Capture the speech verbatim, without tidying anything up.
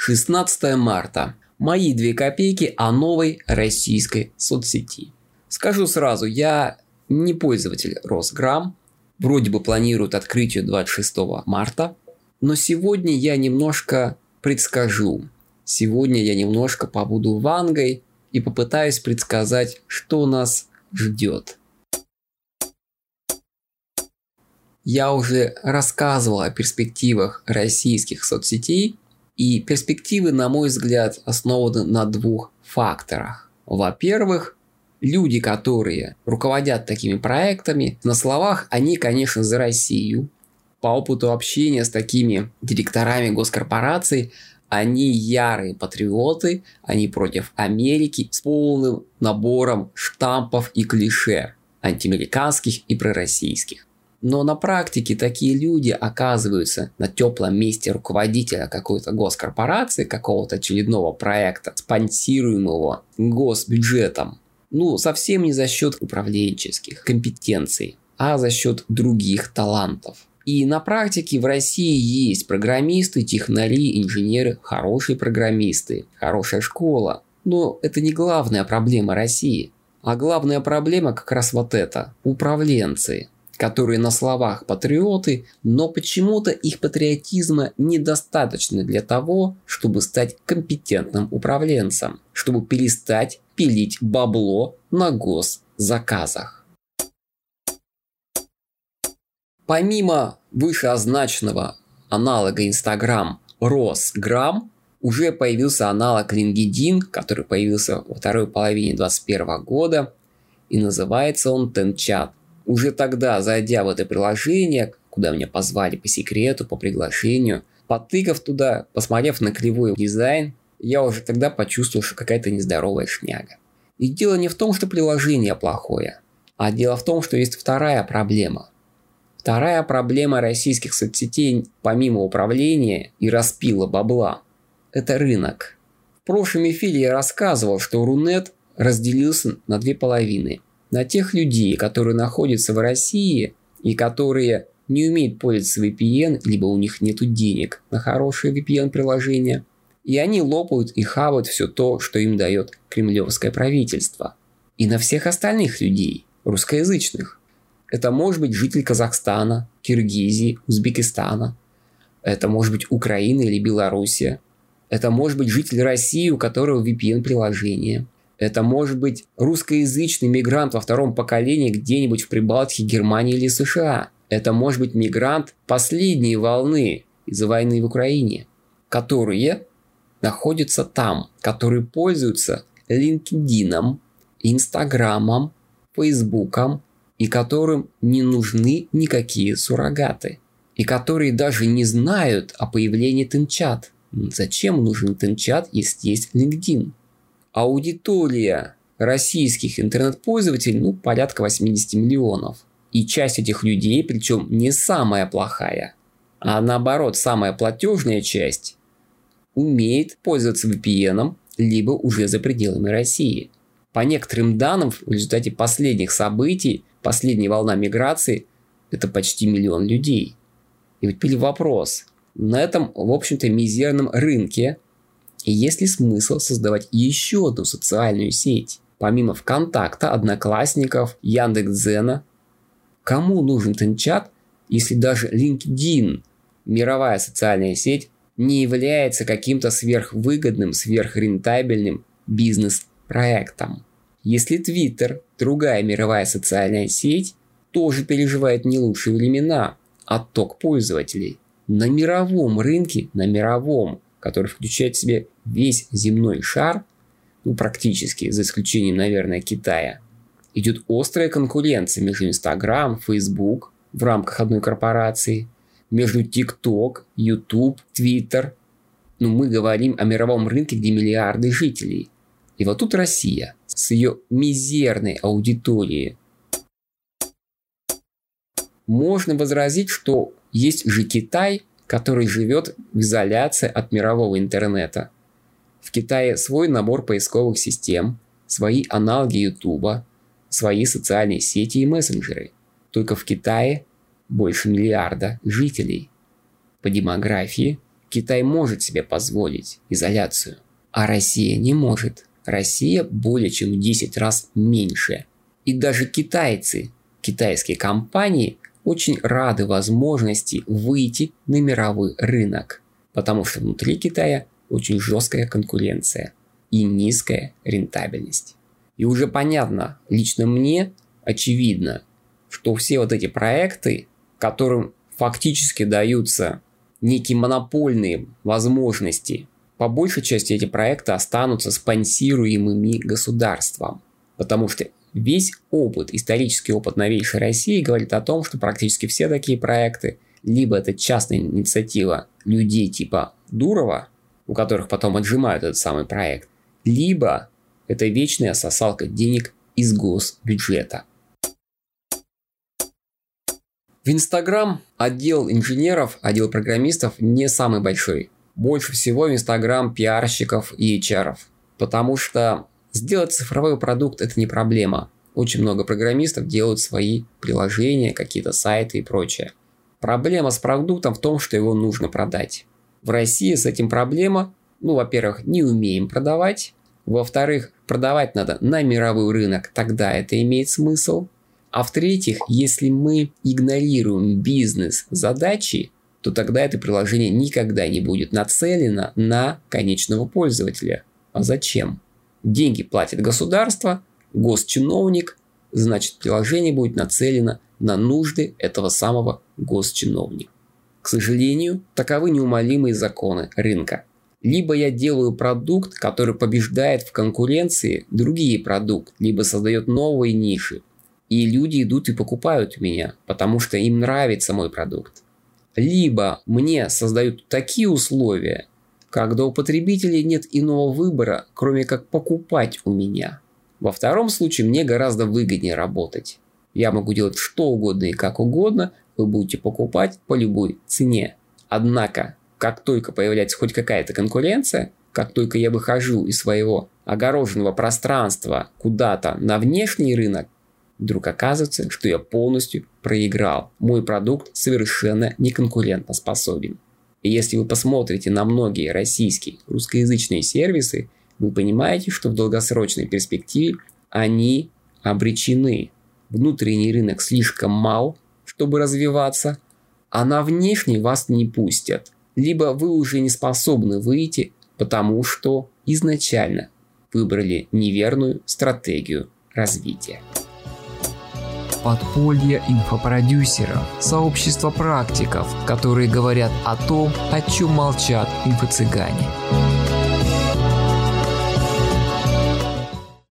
шестнадцатое марта. Мои две копейки о новой российской соцсети. Скажу сразу, я не пользователь Росграм. Вроде бы планируют открытие двадцать шестого марта. Но сегодня я немножко предскажу. Сегодня я немножко побуду вангой и попытаюсь предсказать, что нас ждет. Я уже рассказывал о перспективах российских соцсетей. И перспективы, на мой взгляд, основаны на двух факторах. Во-первых, люди, которые руководят такими проектами, на словах они, конечно, за Россию. По опыту общения с такими директорами госкорпораций, они ярые патриоты, они против Америки с полным набором штампов и клише, антиамериканских и пророссийских. Но на практике такие люди оказываются на теплом месте руководителя какой-то госкорпорации, какого-то очередного проекта, спонсируемого госбюджетом. Ну, совсем не за счет управленческих компетенций, а за счет других талантов. И на практике в России есть программисты, технари, инженеры, хорошие программисты, хорошая школа. Но это не главная проблема России. А главная проблема как раз вот это – управленцы, которые на словах патриоты, но почему-то их патриотизма недостаточно для того, чтобы стать компетентным управленцем, чтобы перестать пилить бабло на госзаказах. Помимо вышеозначенного аналога Instagram Росграм, уже появился аналог LinkedIn, который появился во второй половине двадцать первого года, и называется он TenChat. Уже тогда, зайдя в это приложение, куда меня позвали по секрету, по приглашению, потыкав туда, посмотрев на кривой дизайн, я уже тогда почувствовал, что какая-то нездоровая шняга. И дело не в том, что приложение плохое, а дело в том, что есть вторая проблема. Вторая проблема российских соцсетей, помимо управления и распила бабла, это рынок. В прошлом эфире я рассказывал, что Рунет разделился на две половины. На тех людей, которые находятся в России и которые не умеют пользоваться ви пи эн, либо у них нет денег на хорошее ви пи эн-приложение, и они лопают и хавают все то, что им дает кремлевское правительство. И на всех остальных людей, русскоязычных. Это может быть житель Казахстана, Киргизии, Узбекистана. Это может быть Украина или Белоруссия. Это может быть житель России, у которого ви пи эн-приложение. Это может быть русскоязычный мигрант во втором поколении где-нибудь в Прибалтике, Германии или США. Это может быть мигрант последней волны из-за войны в Украине, которые находятся там, которые пользуются LinkedIn, Инстаграмом, Фейсбуком, и которым не нужны никакие суррогаты, и которые даже не знают о появлении TenChat. Зачем нужен TenChat, если есть LinkedIn? Аудитория российских интернет-пользователей, ну, порядка восемьдесят миллионов. И часть этих людей, причем не самая плохая, а наоборот, самая платежная часть, умеет пользоваться ви пи эн, либо уже за пределами России. По некоторым данным, в результате последних событий, последняя волна миграции, это почти миллион людей. И вот теперь вопрос. На этом, в общем-то, мизерном рынке и есть ли смысл создавать еще одну социальную сеть, помимо ВКонтакта, Одноклассников, Яндекс.Дзена? Кому нужен TenChat, если даже LinkedIn, мировая социальная сеть, не является каким-то сверхвыгодным, сверхрентабельным бизнес-проектом? Если Twitter, другая мировая социальная сеть, тоже переживает не лучшие времена, отток пользователей, на мировом рынке, на мировом, который включает в себя весь земной шар, ну практически, за исключением, наверное, Китая, идет острая конкуренция между Instagram, Facebook в рамках одной корпорации, между TikTok, YouTube, Twitter. Ну, мы говорим о мировом рынке, где миллиарды жителей. И вот тут Россия с ее мизерной аудиторией. Можно возразить, что есть же Китай, который живет в изоляции от мирового интернета. В Китае свой набор поисковых систем, свои аналоги Ютуба, свои социальные сети и мессенджеры. Только в Китае больше миллиарда жителей. По демографии Китай может себе позволить изоляцию, а Россия не может. Россия более чем в десять раз меньше. И даже китайцы, китайские компании очень рады возможности выйти на мировой рынок, потому что внутри Китая очень жесткая конкуренция и низкая рентабельность. И уже понятно, лично мне очевидно, что все вот эти проекты, которым фактически даются некие монопольные возможности, по большей части эти проекты останутся спонсируемыми государством, потому что весь опыт, исторический опыт новейшей России говорит о том, что практически все такие проекты, либо это частная инициатива людей типа Дурова, у которых потом отжимают этот самый проект, либо это вечная сосалка денег из госбюджета. В Инстаграм отдел инженеров, отдел программистов не самый большой. Больше всего в Инстаграм пиарщиков и эйч ар-ов, потому что сделать цифровой продукт – это не проблема. Очень много программистов делают свои приложения, какие-то сайты и прочее. Проблема с продуктом в том, что его нужно продать. В России с этим проблема. Ну, во-первых, не умеем продавать. Во-вторых, продавать надо на мировой рынок, тогда это имеет смысл. А в-третьих, если мы игнорируем бизнес-задачи, то тогда это приложение никогда не будет нацелено на конечного пользователя. А зачем? Деньги платит государство, госчиновник, значит приложение будет нацелено на нужды этого самого госчиновника. К сожалению, таковы неумолимые законы рынка. Либо я делаю продукт, который побеждает в конкуренции другие продукты, либо создает новые ниши. И люди идут и покупают меня, потому что им нравится мой продукт. Либо мне создают такие условия, когда у потребителей нет иного выбора, кроме как покупать у меня. Во втором случае мне гораздо выгоднее работать. Я могу делать что угодно и как угодно, вы будете покупать по любой цене. Однако, как только появляется хоть какая-то конкуренция, как только я выхожу из своего огороженного пространства куда-то на внешний рынок, вдруг оказывается, что я полностью проиграл. Мой продукт совершенно неконкурентоспособен. И если вы посмотрите на многие российские русскоязычные сервисы, вы понимаете, что в долгосрочной перспективе они обречены. Внутренний рынок слишком мал, чтобы развиваться, а на внешний вас не пустят. Либо вы уже не способны выйти, потому что изначально выбрали неверную стратегию развития. Подполье инфопродюсеров, сообщество практиков, которые говорят о том, о чем молчат инфо-цыгане.